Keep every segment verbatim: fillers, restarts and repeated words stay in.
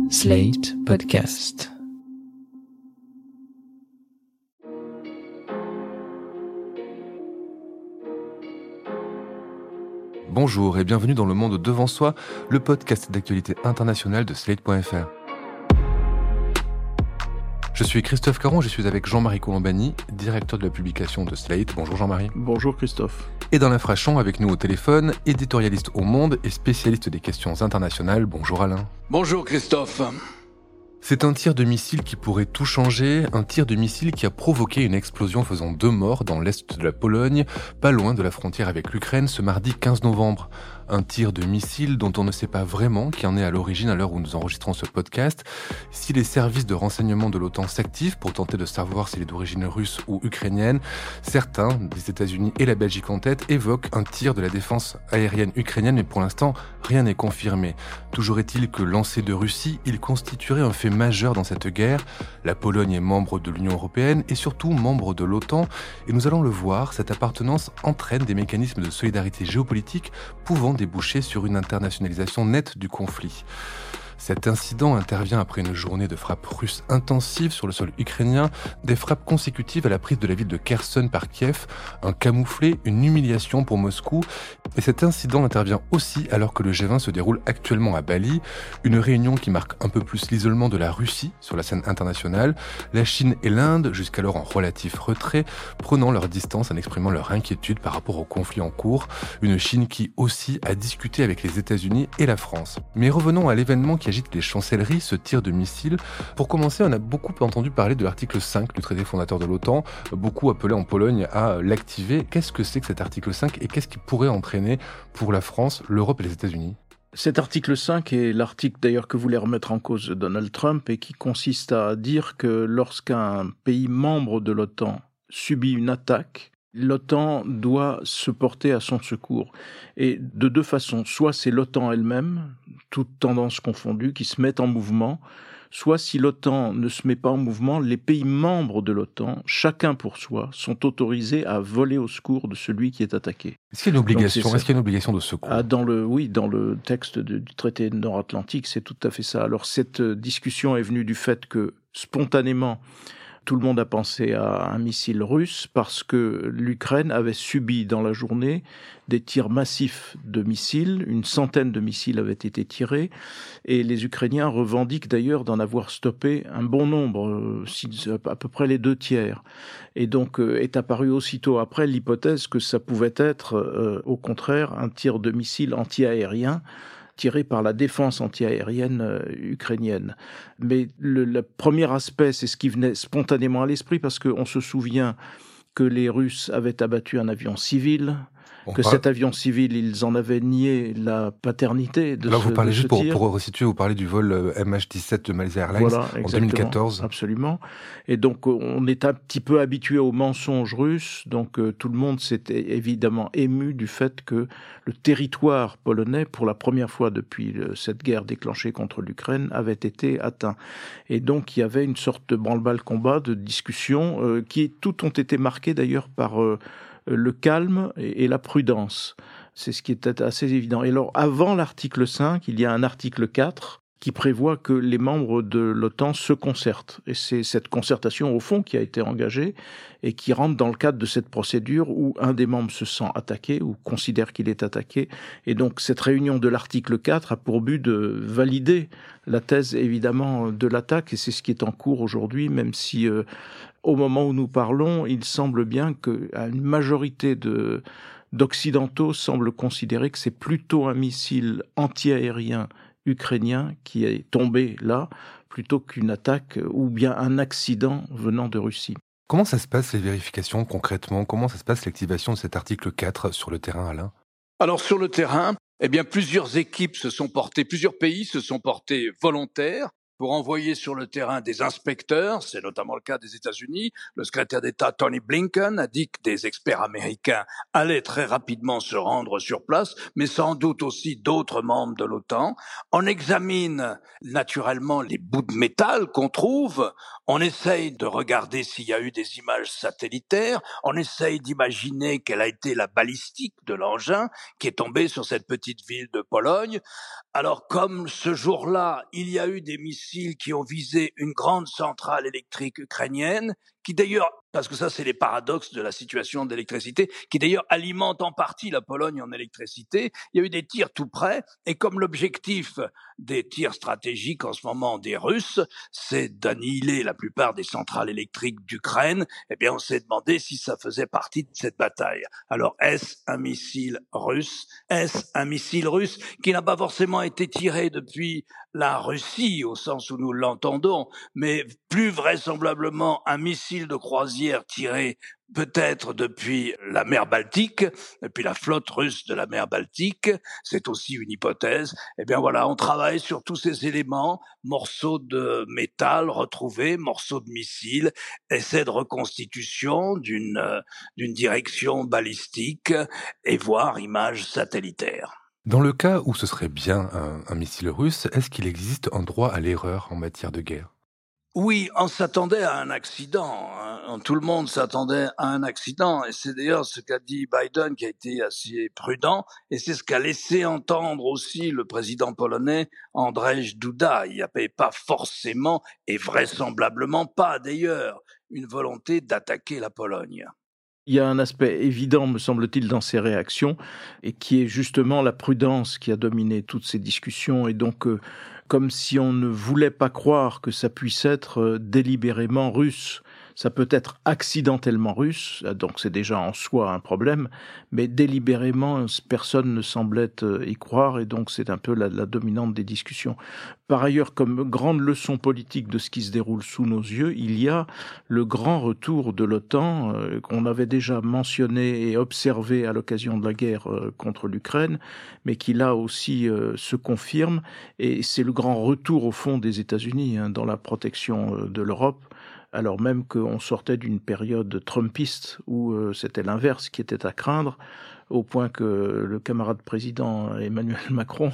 Slate Podcast. Bonjour et bienvenue dans Le Monde Devant Soi, le podcast d'actualité internationale de Slate point F R. Je suis Christophe Caron, je suis avec Jean-Marie Colombani, directeur de la publication de Slate. Bonjour Jean-Marie. Bonjour Christophe. Et dans l'infrachon, avec nous au téléphone, éditorialiste au Monde et spécialiste des questions internationales. Bonjour Alain. Bonjour Christophe. C'est un tir de missile qui pourrait tout changer, un tir de missile qui a provoqué une explosion faisant deux morts dans l'est de la Pologne, pas loin de la frontière avec l'Ukraine, ce mardi quinze novembre. Un tir de missile dont on ne sait pas vraiment qui en est à l'origine à l'heure où nous enregistrons ce podcast. Si les services de renseignement de l'OTAN s'activent pour tenter de savoir s'il est d'origine russe ou ukrainienne, certains, les États-Unis et la Belgique en tête, évoquent un tir de la défense aérienne ukrainienne, mais pour l'instant, rien n'est confirmé. Toujours est-il que lancé de Russie, il constituerait un fait majeur dans cette guerre. La Pologne est membre de l'Union européenne et surtout membre de l'OTAN, et nous allons le voir, cette appartenance entraîne des mécanismes de solidarité géopolitique pouvant déboucher sur une internationalisation nette du conflit. Cet incident intervient après une journée de frappes russes intensives sur le sol ukrainien, des frappes consécutives à la prise de la ville de Kherson par Kiev, un camouflet, une humiliation pour Moscou. Et cet incident intervient aussi alors que le G vingt se déroule actuellement à Bali, une réunion qui marque un peu plus l'isolement de la Russie sur la scène internationale, la Chine et l'Inde, jusqu'alors en relatif retrait, prenant leur distance en exprimant leur inquiétude par rapport au conflit en cours, une Chine qui aussi a discuté avec les États-Unis et la France. Mais revenons à l'événement qui agite les chancelleries, ce tir de missile. Pour commencer, on a beaucoup entendu parler de l'article cinq du traité fondateur de l'OTAN, beaucoup appelé en Pologne à l'activer. Qu'est-ce que c'est que cet article cinq et qu'est-ce qui pourrait entraîner pour la France, l'Europe et les États-Unis ? Cet article cinq est l'article d'ailleurs que voulait remettre en cause Donald Trump et qui consiste à dire que lorsqu'un pays membre de l'OTAN subit une attaque, l'OTAN doit se porter à son secours. Et de deux façons. Soit c'est l'OTAN elle-même, toutes tendances confondues, qui se met en mouvement, soit si l'OTAN ne se met pas en mouvement, les pays membres de l'OTAN, chacun pour soi, sont autorisés à voler au secours de celui qui est attaqué. Est-ce qu'il y a une obligation, Donc, est-ce qu'il y a une obligation de secours ? Ah, dans le, oui, dans le texte de, du traité nord-atlantique, c'est tout à fait ça. Alors cette discussion est venue du fait que, spontanément, tout le monde a pensé à un missile russe parce que l'Ukraine avait subi dans la journée des tirs massifs de missiles. Une centaine de missiles avaient été tirés et les Ukrainiens revendiquent d'ailleurs d'en avoir stoppé un bon nombre, à peu près les deux tiers. Et donc est apparue aussitôt après l'hypothèse que ça pouvait être, euh, au contraire, un tir de missile anti-aérien tiré par la défense antiaérienne euh, ukrainienne. Mais le, le premier aspect, c'est ce qui venait spontanément à l'esprit, parce qu'on se souvient que les Russes avaient abattu un avion civil, On que parle... cet avion civil, ils en avaient nié la paternité de Là, ce vous parlez de juste ce pour, tir. pour resituer, vous parlez du vol M H dix-sept de Malaysia Airlines Voilà, en deux mille quatorze. Absolument. Et donc, on est un petit peu habitué aux mensonges russes. Donc, euh, tout le monde s'était évidemment ému du fait que le territoire polonais, pour la première fois depuis le, cette guerre déclenchée contre l'Ukraine, avait été atteint. Et donc, il y avait une sorte de branle-bas-le-combat, de discussion, euh, qui tout ont été marquées d'ailleurs par euh, le calme et, et la prudence. C'est ce qui était assez évident. Et alors, avant l'article cinq, il y a un article quatre qui prévoit que les membres de l'OTAN se concertent. Et c'est cette concertation, au fond, qui a été engagée et qui rentre dans le cadre de cette procédure où un des membres se sent attaqué ou considère qu'il est attaqué. Et donc, cette réunion de l'article quatre a pour but de valider la thèse, évidemment, de l'attaque. Et c'est ce qui est en cours aujourd'hui, même si, euh, au moment où nous parlons, il semble bien qu'une majorité de... d'Occidentaux semblent considérer que c'est plutôt un missile anti-aérien ukrainien qui est tombé là, plutôt qu'une attaque ou bien un accident venant de Russie. Comment ça se passe, les vérifications, concrètement ? Comment ça se passe, l'activation de cet article quatre sur le terrain, Alain ? Alors, sur le terrain, eh bien, plusieurs équipes se sont portées, plusieurs pays se sont portés volontaires pour envoyer sur le terrain des inspecteurs, c'est notamment le cas des États-Unis. Le secrétaire d'État Tony Blinken a dit que des experts américains allaient très rapidement se rendre sur place, mais sans doute aussi d'autres membres de l'OTAN. On examine naturellement les bouts de métal qu'on trouve, on essaye de regarder s'il y a eu des images satellitaires, on essaye d'imaginer quelle a été la balistique de l'engin qui est tombé sur cette petite ville de Pologne. Alors, comme ce jour-là, il y a eu des missiles qui ont visé une grande centrale électrique ukrainienne, qui d'ailleurs, parce que ça c'est les paradoxes de la situation d'électricité, qui d'ailleurs alimente en partie la Pologne en électricité, il y a eu des tirs tout près, et comme l'objectif des tirs stratégiques en ce moment des Russes, c'est d'annihiler la plupart des centrales électriques d'Ukraine, eh bien on s'est demandé si ça faisait partie de cette bataille. Alors est-ce un missile russe? Est-ce un missile russe qui n'a pas forcément été tiré depuis la Russie, au sens où nous l'entendons, mais plus vraisemblablement un missile de croisière tiré peut-être depuis la mer Baltique, depuis la flotte russe de la mer Baltique, c'est aussi une hypothèse. Eh bien voilà, on travaille sur tous ces éléments, morceaux de métal retrouvés, morceaux de missiles, essais de reconstitution d'une euh, d'une direction balistique et voire images satellitaires. Dans le cas où ce serait bien un, un missile russe, est-ce qu'il existe un droit à l'erreur en matière de guerre? Oui, on s'attendait à un accident. Hein. Tout le monde s'attendait à un accident. Et c'est d'ailleurs ce qu'a dit Biden qui a été assez prudent. Et c'est ce qu'a laissé entendre aussi le président polonais Andrzej Duda. Il n'y avait pas forcément, et vraisemblablement pas d'ailleurs, une volonté d'attaquer la Pologne. Il y a un aspect évident, me semble-t-il, dans ces réactions, et qui est justement la prudence qui a dominé toutes ces discussions, et donc euh, comme si on ne voulait pas croire que ça puisse être euh, délibérément russe. Ça peut être accidentellement russe, donc c'est déjà en soi un problème, mais délibérément, personne ne semblait y croire, et donc c'est un peu la, la dominante des discussions. Par ailleurs, comme grande leçon politique de ce qui se déroule sous nos yeux, il y a le grand retour de l'OTAN, euh, qu'on avait déjà mentionné et observé à l'occasion de la guerre euh, contre l'Ukraine, mais qui là aussi euh, se confirme, et c'est le grand retour au fond des États-Unis hein, dans la protection euh, de l'Europe, alors même qu'on sortait d'une période trumpiste où euh, c'était l'inverse qui était à craindre, au point que le camarade président Emmanuel Macron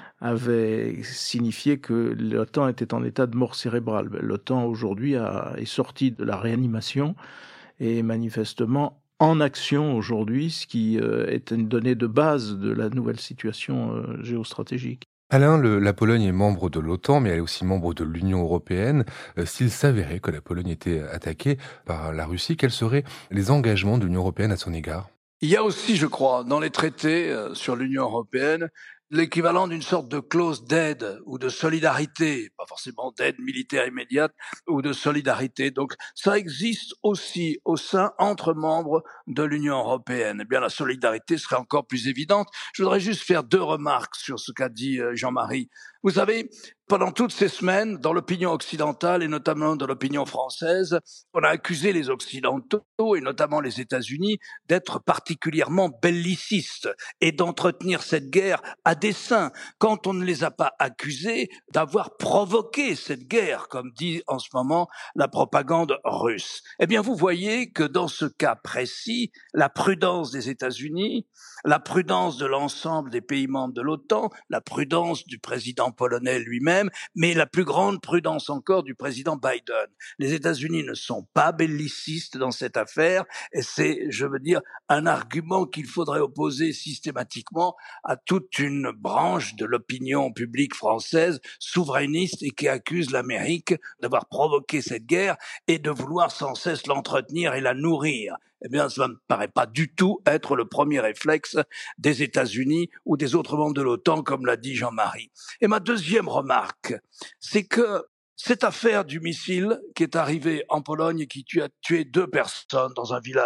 avait signifié que l'OTAN était en état de mort cérébrale. L'OTAN aujourd'hui a, est sortie de la réanimation et est manifestement en action aujourd'hui, ce qui euh, est une donnée de base de la nouvelle situation euh, géostratégique. Alain, le, la Pologne est membre de l'OTAN, mais elle est aussi membre de l'Union européenne. Euh, s'il s'avérait que la Pologne était attaquée par la Russie, quels seraient les engagements de l'Union européenne à son égard? Il y a aussi, je crois, dans les traités euh, sur l'Union européenne, l'équivalent d'une sorte de clause d'aide ou de solidarité, pas forcément d'aide militaire immédiate, ou de solidarité. Donc ça existe aussi au sein, entre membres de l'Union européenne. Eh bien, la solidarité serait encore plus évidente. Je voudrais juste faire deux remarques sur ce qu'a dit Jean-Marie. Vous savez, pendant toutes ces semaines, dans l'opinion occidentale et notamment dans l'opinion française, on a accusé les Occidentaux, et notamment les États-Unis, d'être particulièrement bellicistes et d'entretenir cette guerre à dessein, quand on ne les a pas accusés d'avoir provoqué cette guerre, comme dit en ce moment la propagande russe. Eh bien, vous voyez que dans ce cas précis, la prudence des États-Unis, la prudence de l'ensemble des pays membres de l'OTAN, la prudence du président polonais lui-même, mais la plus grande prudence encore du président Biden. Les États-Unis ne sont pas bellicistes dans cette affaire, et c'est, je veux dire, un argument qu'il faudrait opposer systématiquement à toute une branche de l'opinion publique française souverainiste et qui accuse l'Amérique d'avoir provoqué cette guerre et de vouloir sans cesse l'entretenir et la nourrir. Eh bien, ça ne me paraît pas du tout être le premier réflexe des États-Unis ou des autres membres de l'OTAN, comme l'a dit Jean-Marie. Et ma deuxième remarque, c'est que cette affaire du missile qui est arrivé en Pologne et qui a tué deux personnes dans un village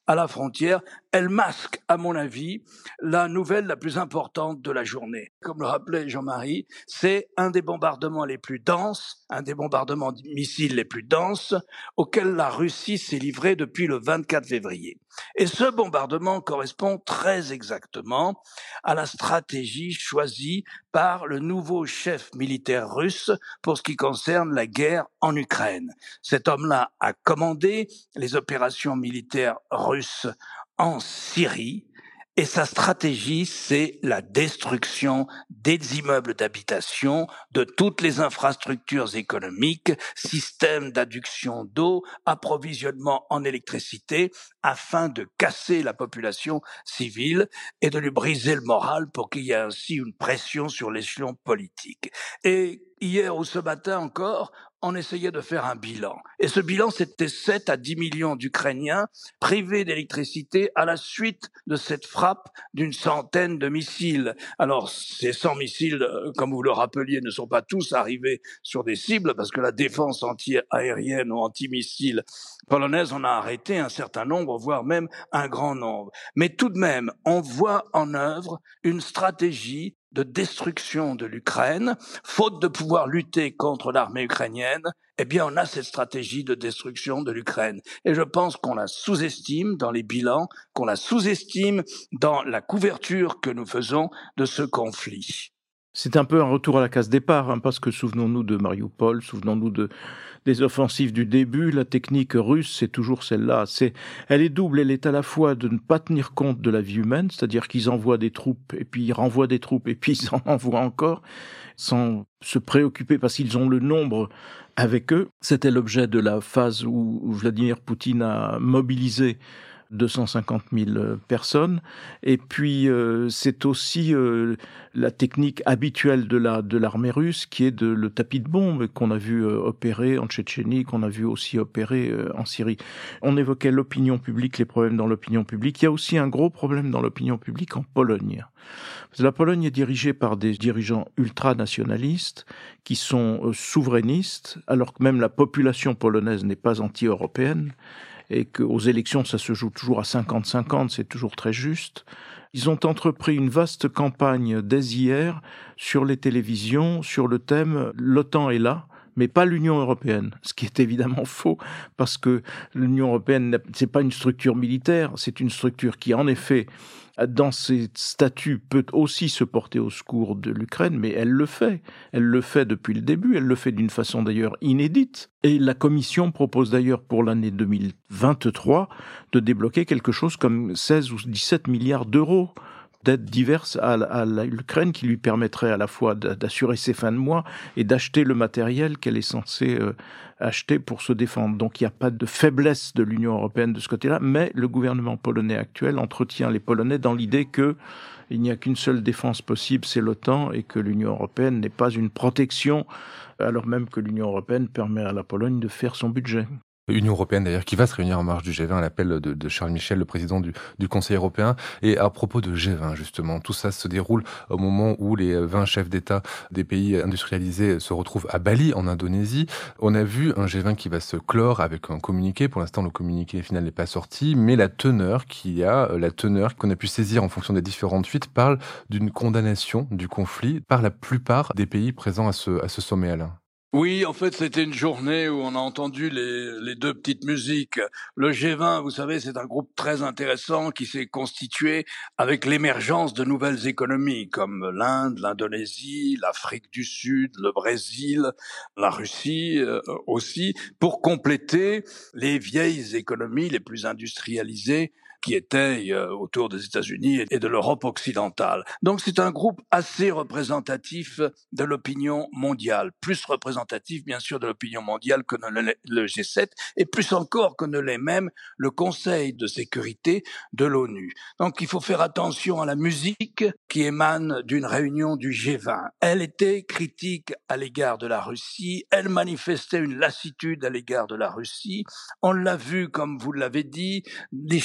à la frontière, elle masque, à mon avis, la nouvelle la plus importante de la journée. Comme le rappelait Jean-Marie, c'est un des bombardements les plus denses, un des bombardements de missiles les plus denses auxquels la Russie s'est livrée depuis le vingt-quatre février. Et ce bombardement correspond très exactement à la stratégie choisie par le nouveau chef militaire russe pour ce qui concerne la guerre en Ukraine. Cet homme-là a commandé les opérations militaires russes en Syrie. Et sa stratégie, c'est la destruction des immeubles d'habitation, de toutes les infrastructures économiques, systèmes d'adduction d'eau, approvisionnement en électricité, afin de casser la population civile et de lui briser le moral pour qu'il y ait ainsi une pression sur l'échelon politique. Et hier ou ce matin encore, on essayait de faire un bilan. Et ce bilan, c'était sept à dix millions d'Ukrainiens privés d'électricité à la suite de cette frappe d'une centaine de missiles. Alors, ces cent missiles, comme vous le rappeliez, ne sont pas tous arrivés sur des cibles, parce que la défense anti-aérienne ou anti-missile polonaise en a arrêté un certain nombre, voire même un grand nombre. Mais tout de même, on voit en œuvre une stratégie de destruction de l'Ukraine, faute de pouvoir lutter contre l'armée ukrainienne, eh bien on a cette stratégie de destruction de l'Ukraine. Et je pense qu'on la sous-estime dans les bilans, qu'on la sous-estime dans la couverture que nous faisons de ce conflit. C'est un peu un retour à la case départ, hein, parce que souvenons-nous de Mariupol, souvenons-nous de, des offensives du début. La technique russe, c'est toujours celle-là. C'est, elle est double, elle est à la fois de ne pas tenir compte de la vie humaine, c'est-à-dire qu'ils envoient des troupes, et puis ils renvoient des troupes, et puis ils en envoient encore, sans se préoccuper, parce qu'ils ont le nombre avec eux. C'était l'objet de la phase où Vladimir Poutine a mobilisé deux cent cinquante mille personnes. Et puis, euh, c'est aussi euh, la technique habituelle de la de l'armée russe, qui est de le tapis de bombe qu'on a vu euh, opérer en Tchétchénie, qu'on a vu aussi opérer euh, en Syrie. On évoquait l'opinion publique, les problèmes dans l'opinion publique. Il y a aussi un gros problème dans l'opinion publique en Pologne. La Pologne est dirigée par des dirigeants ultranationalistes qui sont euh, souverainistes, alors que même la population polonaise n'est pas anti-européenne, et qu'aux élections, ça se joue toujours à cinquante cinquante, c'est toujours très juste. Ils ont entrepris une vaste campagne dès hier sur les télévisions, sur le thème « l'OTAN est là », mais pas l'Union européenne, ce qui est évidemment faux, parce que l'Union européenne, c'est pas une structure militaire, c'est une structure qui, en effet, dans ses statuts, peut aussi se porter au secours de l'Ukraine, mais elle le fait. Elle le fait depuis le début, elle le fait d'une façon d'ailleurs inédite. Et la Commission propose d'ailleurs pour l'année deux mille vingt-trois de débloquer quelque chose comme seize ou dix-sept milliards d'euros d'aides diverses à, à l'Ukraine qui lui permettraient à la fois d'assurer ses fins de mois et d'acheter le matériel qu'elle est censée euh, acheter pour se défendre. Donc il n'y a pas de faiblesse de l'Union européenne de ce côté-là, mais le gouvernement polonais actuel entretient les Polonais dans l'idée que il n'y a qu'une seule défense possible, c'est l'OTAN, et que l'Union européenne n'est pas une protection, alors même que l'Union européenne permet à la Pologne de faire son budget. L'Union européenne d'ailleurs qui va se réunir en marge du G vingt à l'appel de, de Charles Michel, le président du, du Conseil européen. Et à propos de G vingt justement, tout ça se déroule au moment où les vingt chefs d'État des pays industrialisés se retrouvent à Bali en Indonésie. On a vu un G vingt qui va se clore avec un communiqué. Pour l'instant, le communiqué final n'est pas sorti, mais la teneur qui a, la teneur qu'on a pu saisir en fonction des différentes fuites parle d'une condamnation du conflit par la plupart des pays présents à ce, à ce sommet, Alain. Oui, en fait, c'était une journée où on a entendu les, les deux petites musiques. Le G vingt, vous savez, c'est un groupe très intéressant qui s'est constitué avec l'émergence de nouvelles économies comme l'Inde, l'Indonésie, l'Afrique du Sud, le Brésil, la Russie euh, aussi, pour compléter les vieilles économies les plus industrialisées qui étaient euh, autour des États-Unis et de l'Europe occidentale. Donc c'est un groupe assez représentatif de l'opinion mondiale, plus représentatif bien sûr de l'opinion mondiale que ne l'est le G sept, et plus encore que ne l'est même le Conseil de sécurité de l'ONU. Donc il faut faire attention à la musique qui émane d'une réunion du G vingt. Elle était critique à l'égard de la Russie, elle manifestait une lassitude à l'égard de la Russie. On l'a vu, comme vous l'avez dit, les Chinois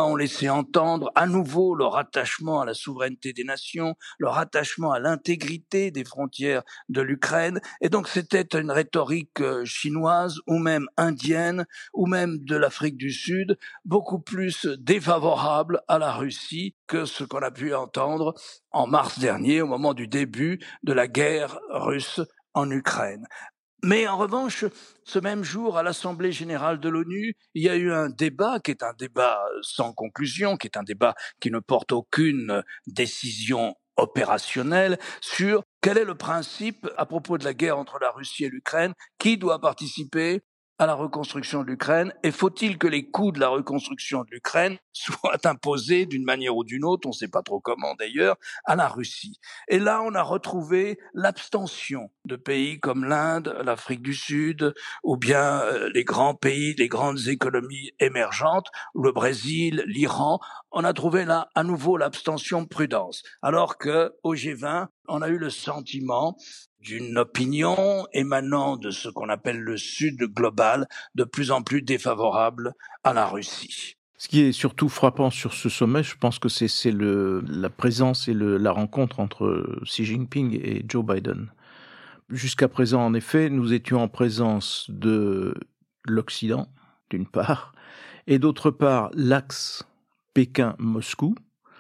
ont laissé entendre à nouveau leur attachement à la souveraineté des nations, leur attachement à l'intégrité des frontières de l'Ukraine. Et donc c'était une rhétorique chinoise ou même indienne ou même de l'Afrique du Sud, beaucoup plus défavorable à la Russie que ce qu'on a pu entendre en mars dernier, au moment du début de la guerre russe en Ukraine. Mais en revanche, ce même jour, à l'Assemblée générale de l'ONU, il y a eu un débat qui est un débat sans conclusion, qui est un débat qui ne porte aucune décision opérationnelle sur quel est le principe à propos de la guerre entre la Russie et l'Ukraine, qui doit participer à la reconstruction de l'Ukraine, et faut-il que les coûts de la reconstruction de l'Ukraine soient imposés d'une manière ou d'une autre, on ne sait pas trop comment d'ailleurs, à la Russie. Et là, on a retrouvé l'abstention de pays comme l'Inde, l'Afrique du Sud, ou bien euh, les grands pays, les grandes économies émergentes, le Brésil, l'Iran. On a trouvé là à nouveau l'abstention prudence, alors que au G vingt, on a eu le sentiment d'une opinion émanant de ce qu'on appelle le Sud global, de plus en plus défavorable à la Russie. Ce qui est surtout frappant sur ce sommet, je pense que c'est, c'est le, la présence et le, la rencontre entre Xi Jinping et Joe Biden. Jusqu'à présent, en effet, nous étions en présence de l'Occident, d'une part, et d'autre part, l'axe Pékin-Moscou.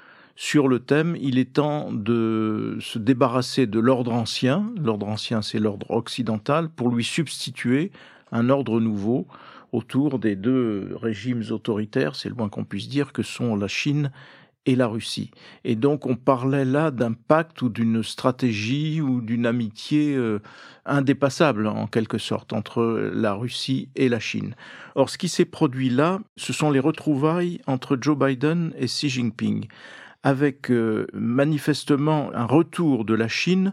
Sur le thème, il est temps de se débarrasser de l'ordre ancien, l'ordre ancien c'est l'ordre occidental, pour lui substituer un ordre nouveau autour des deux régimes autoritaires, c'est le moins qu'on puisse dire, que sont la Chine et la Russie. Et donc on parlait là d'un pacte ou d'une stratégie ou d'une amitié euh, indépassable en quelque sorte entre la Russie et la Chine. Or ce qui s'est produit là, ce sont les retrouvailles entre Joe Biden et Xi Jinping, avec euh, manifestement un retour de la Chine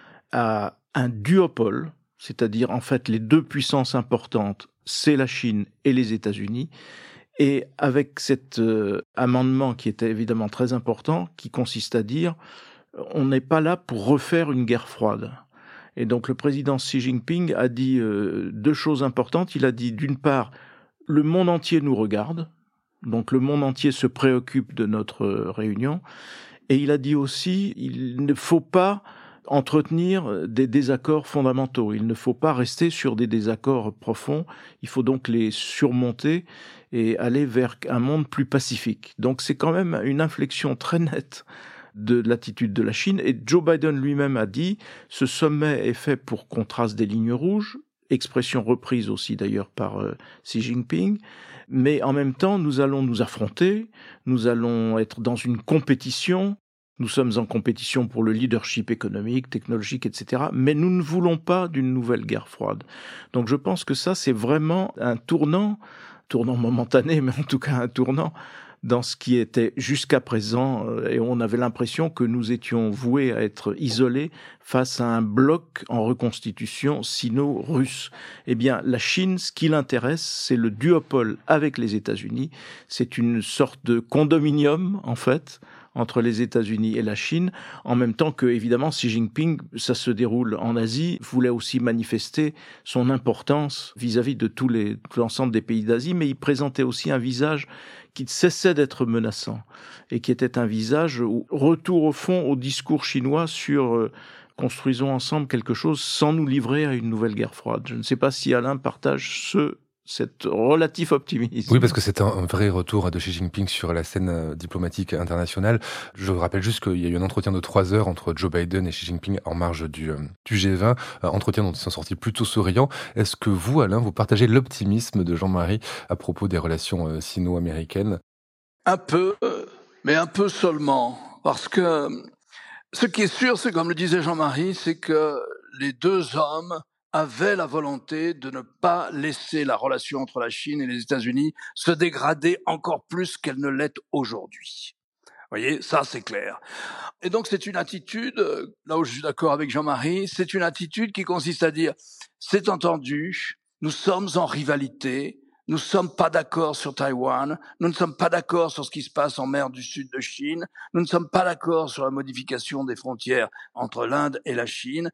à un duopole, c'est-à-dire en fait les deux puissances importantes, c'est la Chine et les États-Unis, et avec cet euh, amendement qui était évidemment très important, qui consiste à dire on n'est pas là pour refaire une guerre froide. Et donc le président Xi Jinping a dit euh, deux choses importantes. Il a dit d'une part, le monde entier nous regarde, donc le monde entier se préoccupe de notre réunion, et il a dit aussi il ne faut pas entretenir des désaccords fondamentaux, il ne faut pas rester sur des désaccords profonds, il faut donc les surmonter et aller vers un monde plus pacifique. Donc c'est quand même une inflexion très nette de l'attitude de la Chine, et Joe Biden lui-même a dit ce sommet est fait pour qu'on trace des lignes rouges, expression reprise aussi d'ailleurs par euh, Xi Jinping, mais en même temps, nous allons nous affronter, nous allons être dans une compétition, nous sommes en compétition pour le leadership économique, technologique, et cetera, mais nous ne voulons pas d'une nouvelle guerre froide. Donc je pense que ça, c'est vraiment un tournant, tournant momentané, mais en tout cas un tournant dans ce qui était jusqu'à présent, et on avait l'impression que nous étions voués à être isolés face à un bloc en reconstitution sino-russe. Eh bien, la Chine, ce qui l'intéresse, c'est le duopole avec les États-Unis. C'est une sorte de condominium, en fait, entre les États-Unis et la Chine, en même temps que, évidemment, Xi Jinping, ça se déroule en Asie, voulait aussi manifester son importance vis-à-vis de tous les, tout l'ensemble des pays d'Asie, mais il présentait aussi un visage qui cessait d'être menaçant et qui était un visage où, retour au fond au discours chinois sur euh, construisons ensemble quelque chose sans nous livrer à une nouvelle guerre froide. Je ne sais pas si Alain partage ce cet relatif optimisme. Oui, parce que c'est un vrai retour de Xi Jinping sur la scène diplomatique internationale. Je rappelle juste qu'il y a eu un entretien de trois heures entre Joe Biden et Xi Jinping en marge du, du G vingt, un entretien dont ils sont sortis plutôt souriants. Est-ce que vous, Alain, vous partagez l'optimisme de Jean-Marie à propos des relations sino-américaines ? Un peu, mais un peu seulement. Parce que ce qui est sûr, c'est comme le disait Jean-Marie, c'est que les deux hommes avait la volonté de ne pas laisser la relation entre la Chine et les États-Unis se dégrader encore plus qu'elle ne l'est aujourd'hui. Vous voyez, ça c'est clair. Et donc c'est une attitude, là où je suis d'accord avec Jean-Marie, c'est une attitude qui consiste à dire, c'est entendu, nous sommes en rivalité, nous ne sommes pas d'accord sur Taïwan, nous ne sommes pas d'accord sur ce qui se passe en mer du Sud de Chine, nous ne sommes pas d'accord sur la modification des frontières entre l'Inde et la Chine,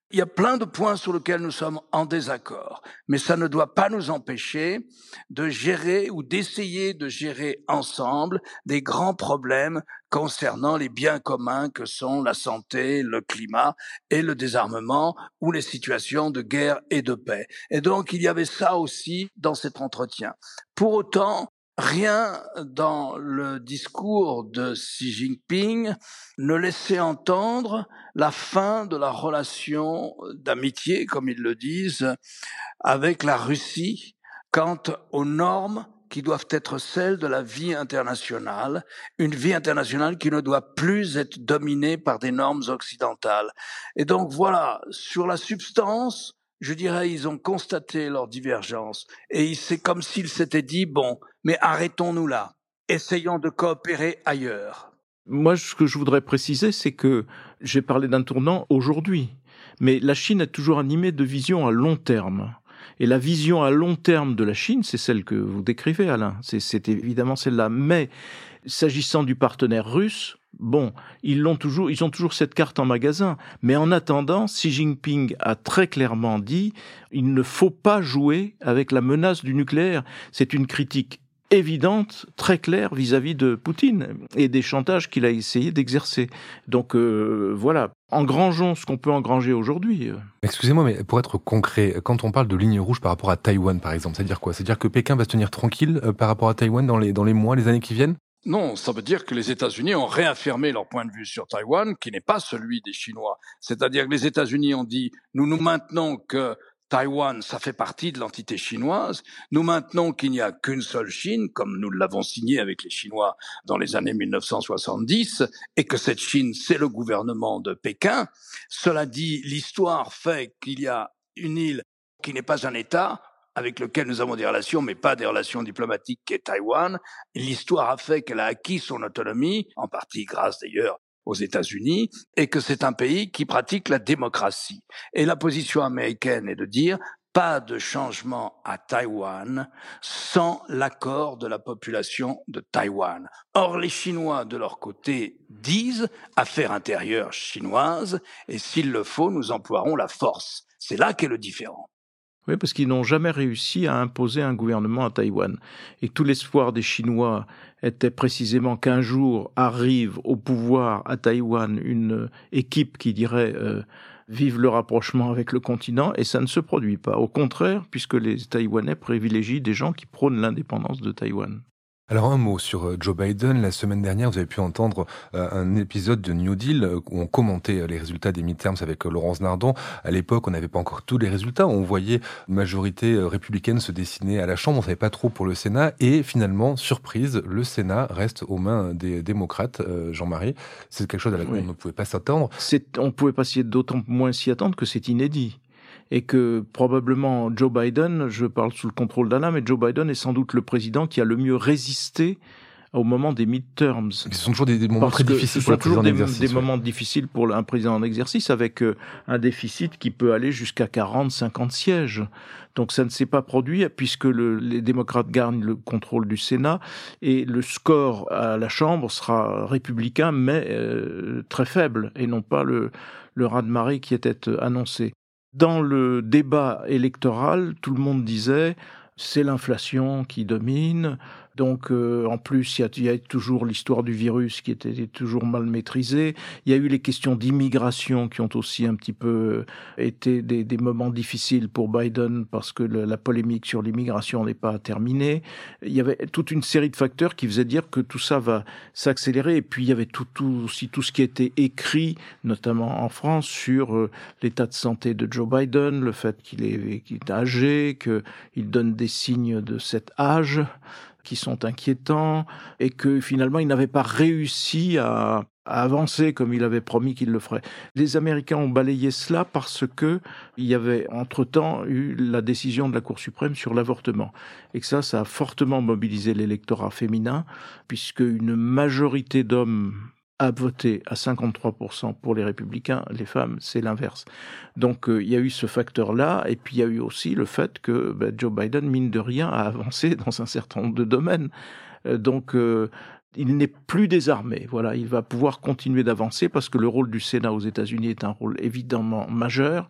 Il y a plein de points sur lesquels nous sommes en désaccord, mais ça ne doit pas nous empêcher de gérer ou d'essayer de gérer ensemble des grands problèmes concernant les biens communs que sont la santé, le climat et le désarmement ou les situations de guerre et de paix. Et donc, il y avait ça aussi dans cet entretien. Pour autant, rien dans le discours de Xi Jinping ne laissait entendre la fin de la relation d'amitié, comme ils le disent, avec la Russie quant aux normes qui doivent être celles de la vie internationale, une vie internationale qui ne doit plus être dominée par des normes occidentales. Et donc voilà, sur la substance, je dirais, ils ont constaté leur divergence et c'est comme s'ils s'étaient dit, bon, mais arrêtons-nous là, essayons de coopérer ailleurs. Moi, ce que je voudrais préciser, c'est que j'ai parlé d'un tournant aujourd'hui, mais la Chine est toujours animée de vision à long terme. Et la vision à long terme de la Chine, c'est celle que vous décrivez, Alain. C'est, c'est évidemment celle-là. Mais s'agissant du partenaire russe, bon, ils l'ont toujours, ils ont toujours cette carte en magasin. Mais en attendant, Xi Jinping a très clairement dit, il ne faut pas jouer avec la menace du nucléaire. C'est une critique évidente, très claire vis-à-vis de Poutine et des chantages qu'il a essayé d'exercer. Donc euh, voilà, engrangeons ce qu'on peut engranger aujourd'hui. Excusez-moi, mais pour être concret, quand on parle de ligne rouge par rapport à Taïwan, par exemple, c'est-à-dire quoi ? C'est-à-dire que Pékin va se tenir tranquille euh, par rapport à Taïwan dans les, dans les mois, les années qui viennent ? Non, ça veut dire que les États-Unis ont réaffirmé leur point de vue sur Taïwan, qui n'est pas celui des Chinois. C'est-à-dire que les États-Unis ont dit, nous nous maintenons que Taïwan, ça fait partie de l'entité chinoise. Nous maintenons qu'il n'y a qu'une seule Chine, comme nous l'avons signé avec les Chinois dans les années mille neuf cent soixante-dix, et que cette Chine, c'est le gouvernement de Pékin. Cela dit, l'histoire fait qu'il y a une île qui n'est pas un État, avec lequel nous avons des relations, mais pas des relations diplomatiques, qui est Taïwan. L'histoire a fait qu'elle a acquis son autonomie, en partie grâce d'ailleurs aux États-Unis, et que c'est un pays qui pratique la démocratie. Et la position américaine est de dire pas de changement à Taïwan sans l'accord de la population de Taïwan. Or, les Chinois, de leur côté, disent affaires intérieures chinoises, et s'il le faut, nous emploierons la force. C'est là qu'est le différend. Oui, parce qu'ils n'ont jamais réussi à imposer un gouvernement à Taïwan. Et tout l'espoir des Chinois était précisément qu'un jour arrive au pouvoir à Taïwan une équipe qui dirait euh, « vive le rapprochement avec le continent », et ça ne se produit pas. Au contraire, puisque les Taïwanais privilégient des gens qui prônent l'indépendance de Taïwan. Alors un mot sur Joe Biden. La semaine dernière, vous avez pu entendre un épisode de New Deal où on commentait les résultats des midterms avec Laurence Nardon. À l'époque, on n'avait pas encore tous les résultats. On voyait une majorité républicaine se dessiner à la Chambre. On ne savait pas trop pour le Sénat. Et finalement, surprise, le Sénat reste aux mains des démocrates. Jean-Marie, c'est quelque chose à laquelle oui. on ne pouvait pas s'attendre. C'est, on ne pouvait pas s'y, d'autant moins s'y attendre que c'est inédit. Et que probablement Joe Biden, je parle sous le contrôle d'Alain, mais Joe Biden est sans doute le président qui a le mieux résisté au moment des midterms. Ce sont toujours des, des moments très difficiles pour le président en exercice. Ce sont toujours des, des moments difficiles pour un président en exercice avec euh, un déficit qui peut aller jusqu'à quarante, cinquante sièges. Donc ça ne s'est pas produit puisque le, les démocrates gagnent le contrôle du Sénat et le score à la Chambre sera républicain mais euh, très faible et non pas le, le raz-de-marée qui était annoncé. Dans le débat électoral, tout le monde disait c'est l'inflation qui domine. Donc, euh, en plus, il y a, il y a toujours l'histoire du virus qui était toujours mal maîtrisée. Il y a eu les questions d'immigration qui ont aussi un petit peu été des, des moments difficiles pour Biden parce que le, la polémique sur l'immigration n'est pas terminée. Il y avait toute une série de facteurs qui faisaient dire que tout ça va s'accélérer. Et puis, il y avait tout, tout, aussi tout ce qui était écrit, notamment en France, sur euh, l'état de santé de Joe Biden, le fait qu'il est, qu'il est âgé, qu'il donne des signes de cet âge qui sont inquiétants et que finalement il n'avait pas réussi à, à avancer comme il avait promis qu'il le ferait. Les Américains ont balayé cela parce que il y avait entre-temps eu la décision de la Cour suprême sur l'avortement et que ça, ça a fortement mobilisé l'électorat féminin puisque une majorité d'hommes a voté à cinquante-trois pour cent pour les républicains, les femmes, c'est l'inverse. Donc euh, il y a eu ce facteur-là, et puis il y a eu aussi le fait que ben, Joe Biden, mine de rien, a avancé dans un certain nombre de domaines. Euh, donc euh, il n'est plus désarmé. Voilà, il va pouvoir continuer d'avancer parce que le rôle du Sénat aux États-Unis est un rôle évidemment majeur.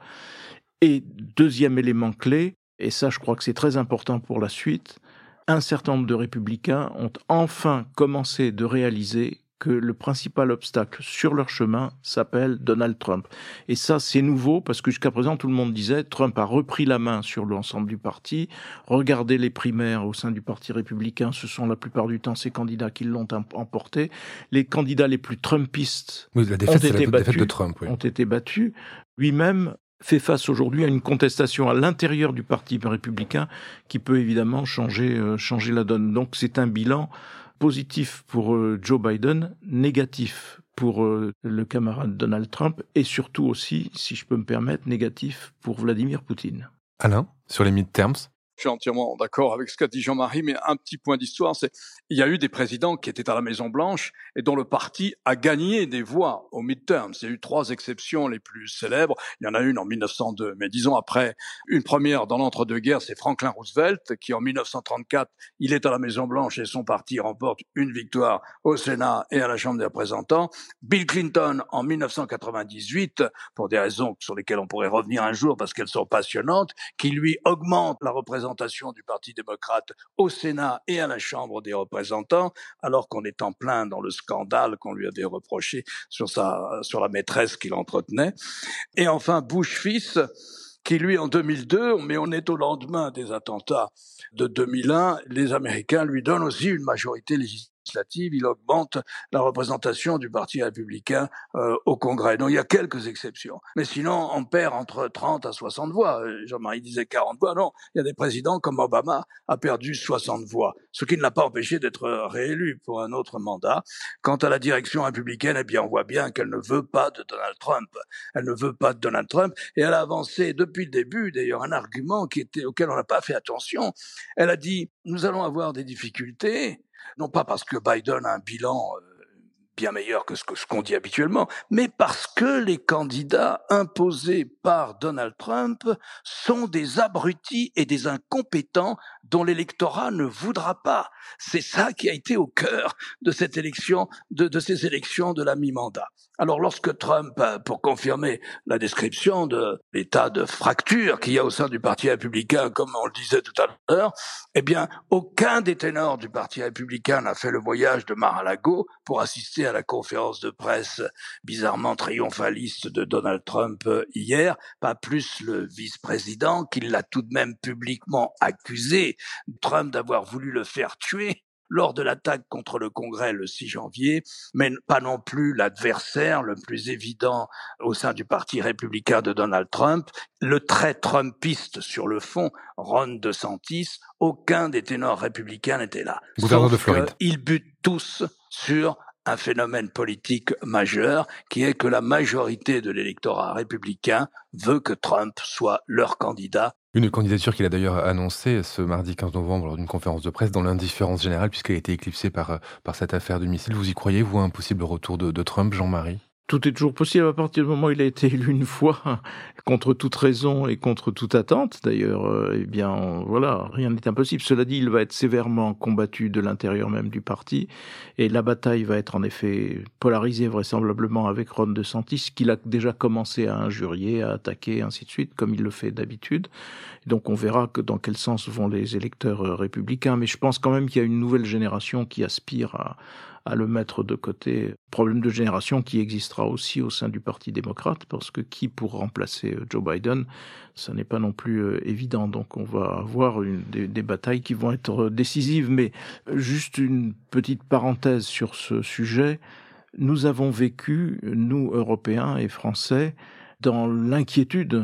Et deuxième élément clé, et ça je crois que c'est très important pour la suite, un certain nombre de républicains ont enfin commencé de réaliser que le principal obstacle sur leur chemin s'appelle Donald Trump. Et ça, c'est nouveau parce que jusqu'à présent, tout le monde disait Trump a repris la main sur l'ensemble du parti. Regardez les primaires au sein du Parti républicain, ce sont la plupart du temps ces candidats qui l'ont emporté. Les candidats les plus trumpistes oui, la défaite, ont, été la battus, défaite de Trump, oui. ont été battus. Lui-même fait face aujourd'hui à une contestation à l'intérieur du Parti républicain qui peut évidemment changer, euh, changer la donne. Donc c'est un bilan positif pour euh, Joe Biden, négatif pour euh, le camarade Donald Trump et surtout aussi, si je peux me permettre, négatif pour Vladimir Poutine. Alain, sur les midterms ? Je suis entièrement d'accord avec ce qu'a dit Jean-Marie, mais un petit point d'histoire, c'est il y a eu des présidents qui étaient à la Maison-Blanche et dont le parti a gagné des voix aux midterms. Il y a eu trois exceptions les plus célèbres. Il y en a une en mille neuf cent deux, mais disons après une première dans l'entre-deux-guerres, c'est Franklin Roosevelt qui en mille neuf cent trente-quatre, il est à la Maison-Blanche et son parti remporte une victoire au Sénat et à la Chambre des représentants. Bill Clinton en mille neuf cent quatre-vingt-dix-huit, pour des raisons sur lesquelles on pourrait revenir un jour parce qu'elles sont passionnantes, qui lui augmente la représentation du Parti démocrate au Sénat et à la Chambre des représentants, alors qu'on est en plein dans le scandale qu'on lui avait reproché sur sa, sur la maîtresse qu'il entretenait. Et enfin, Bush fils, qui lui, en deux mille deux, mais on est au lendemain des attentats de deux mille un, les Américains lui donnent aussi une majorité législative. Il augmente la représentation du Parti républicain euh, au Congrès. Donc il y a quelques exceptions. Mais sinon, on perd entre trente à soixante voix. Jean-Marie disait quarante voix. Non, il y a des présidents comme Obama a perdu soixante voix, ce qui ne l'a pas empêché d'être réélu pour un autre mandat. Quant à la direction républicaine, eh bien, on voit bien qu'elle ne veut pas de Donald Trump. Elle ne veut pas de Donald Trump. Et elle a avancé depuis le début, d'ailleurs, un argument qui était, auquel on n'a pas fait attention. Elle a dit, nous allons avoir des difficultés, non pas parce que Biden a un bilan bien meilleur que ce, que ce qu'on dit habituellement, mais parce que les candidats imposés par Donald Trump sont des abrutis et des incompétents dont l'électorat ne voudra pas. C'est ça qui a été au cœur de cette élection, de, de ces élections de la mi-mandat. Alors lorsque Trump, pour confirmer la description de l'état de fracture qu'il y a au sein du Parti républicain, comme on le disait tout à l'heure, eh bien, aucun des ténors du Parti républicain n'a fait le voyage de Mar-a-Lago pour assister à la conférence de presse bizarrement triomphaliste de Donald Trump hier, pas plus le vice-président qui l'a tout de même publiquement accusé, Trump, d'avoir voulu le faire tuer lors de l'attaque contre le Congrès le six janvier, mais pas non plus l'adversaire le plus évident au sein du Parti républicain de Donald Trump, le très trumpiste sur le fond, Ron DeSantis. Aucun des ténors républicains n'était là. Gouverneur de Floride. Ils butent tous sur un phénomène politique majeur, qui est que la majorité de l'électorat républicain veut que Trump soit leur candidat. Une candidature qu'il a d'ailleurs annoncée ce mardi quinze novembre lors d'une conférence de presse dans l'indifférence générale, puisqu'elle a été éclipsée par, par cette affaire du missile. Vous y croyez, vous, à un possible retour de, de Trump, Jean-Marie ? Tout est toujours possible à partir du moment où il a été élu une fois, contre toute raison et contre toute attente. D'ailleurs, euh, eh bien, on, voilà, rien n'est impossible. Cela dit, il va être sévèrement combattu de l'intérieur même du parti, et la bataille va être en effet polarisée vraisemblablement avec Ron DeSantis, qu'il a déjà commencé à injurier, à attaquer, ainsi de suite, comme il le fait d'habitude. Donc, on verra que dans quel sens vont les électeurs euh, républicains. Mais je pense quand même qu'il y a une nouvelle génération qui aspire à à le mettre de côté. Problème de génération qui existera aussi au sein du Parti démocrate, parce que qui pour remplacer Joe Biden, ça n'est pas non plus euh, évident. Donc on va avoir une, des, des batailles qui vont être décisives. Mais juste une petite parenthèse sur ce sujet. Nous avons vécu, nous, Européens et Français, dans l'inquiétude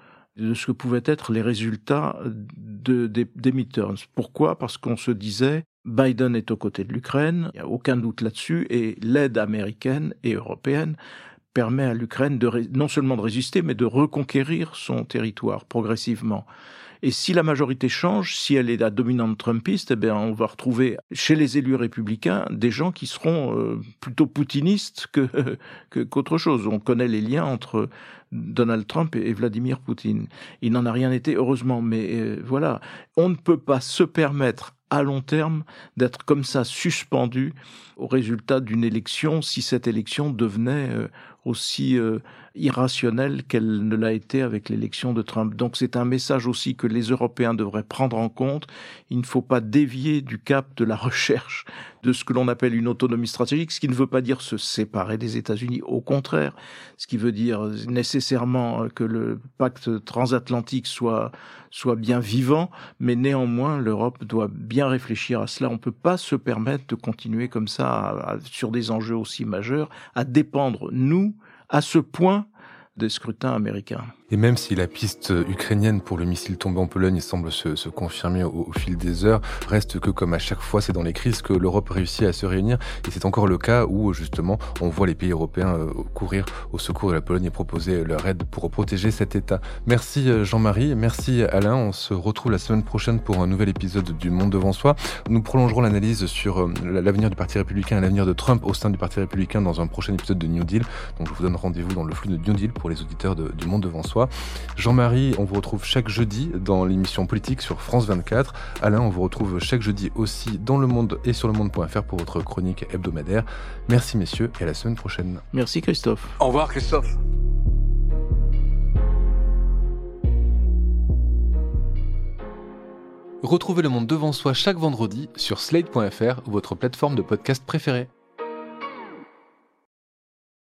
de ce que pouvaient être les résultats de, des, des midterms. Pourquoi ? Parce qu'on se disait, Biden est aux côtés de l'Ukraine, il n'y a aucun doute là-dessus, et l'aide américaine et européenne permet à l'Ukraine de ré- non seulement de résister, mais de reconquérir son territoire progressivement. Et si la majorité change, si elle est à dominante trumpiste, eh bien, on va retrouver chez les élus républicains des gens qui seront euh, plutôt poutinistes que, que, qu'autre chose. On connaît les liens entre Donald Trump et Vladimir Poutine. Il n'en a rien été, heureusement, mais euh, voilà, on ne peut pas se permettre à long terme d'être comme ça suspendu au résultat d'une élection si cette élection devenait euh, aussi euh, irrationnelle qu'elle ne l'a été avec l'élection de Trump. Donc c'est un message aussi que les Européens devraient prendre en compte. Il ne faut pas dévier du cap de la recherche de ce que l'on appelle une autonomie stratégique, ce qui ne veut pas dire se séparer des États-Unis, au contraire, ce qui veut dire nécessairement que le pacte transatlantique soit, soit bien vivant, mais néanmoins l'Europe doit bien réfléchir à cela. On ne peut pas se permettre de continuer comme ça à, à, sur des enjeux aussi majeurs, à dépendre, nous, à ce point, des scrutins américains. Et même si la piste ukrainienne pour le missile tombé en Pologne semble se, se confirmer au, au fil des heures, reste que comme à chaque fois c'est dans les crises que l'Europe réussit à se réunir, et c'est encore le cas où justement on voit les pays européens euh, courir au secours de la Pologne et proposer leur aide pour protéger cet État. Merci Jean-Marie, merci Alain, on se retrouve la semaine prochaine pour un nouvel épisode du Monde devant soi. Nous prolongerons l'analyse sur euh, l'avenir du Parti républicain et l'avenir de Trump au sein du Parti républicain dans un prochain épisode de New Deal, donc je vous donne rendez-vous dans le flux de New Deal pour les auditeurs de, du Monde devant soi. Jean-Marie, on vous retrouve chaque jeudi dans l'émission politique sur France vingt-quatre. Alain, on vous retrouve chaque jeudi aussi dans Le Monde et sur le monde point f r pour votre chronique hebdomadaire. Merci messieurs et à la semaine prochaine. Merci Christophe. Au revoir Christophe. Retrouvez Le Monde devant soi chaque vendredi sur slate point f r ou votre plateforme de podcast préférée.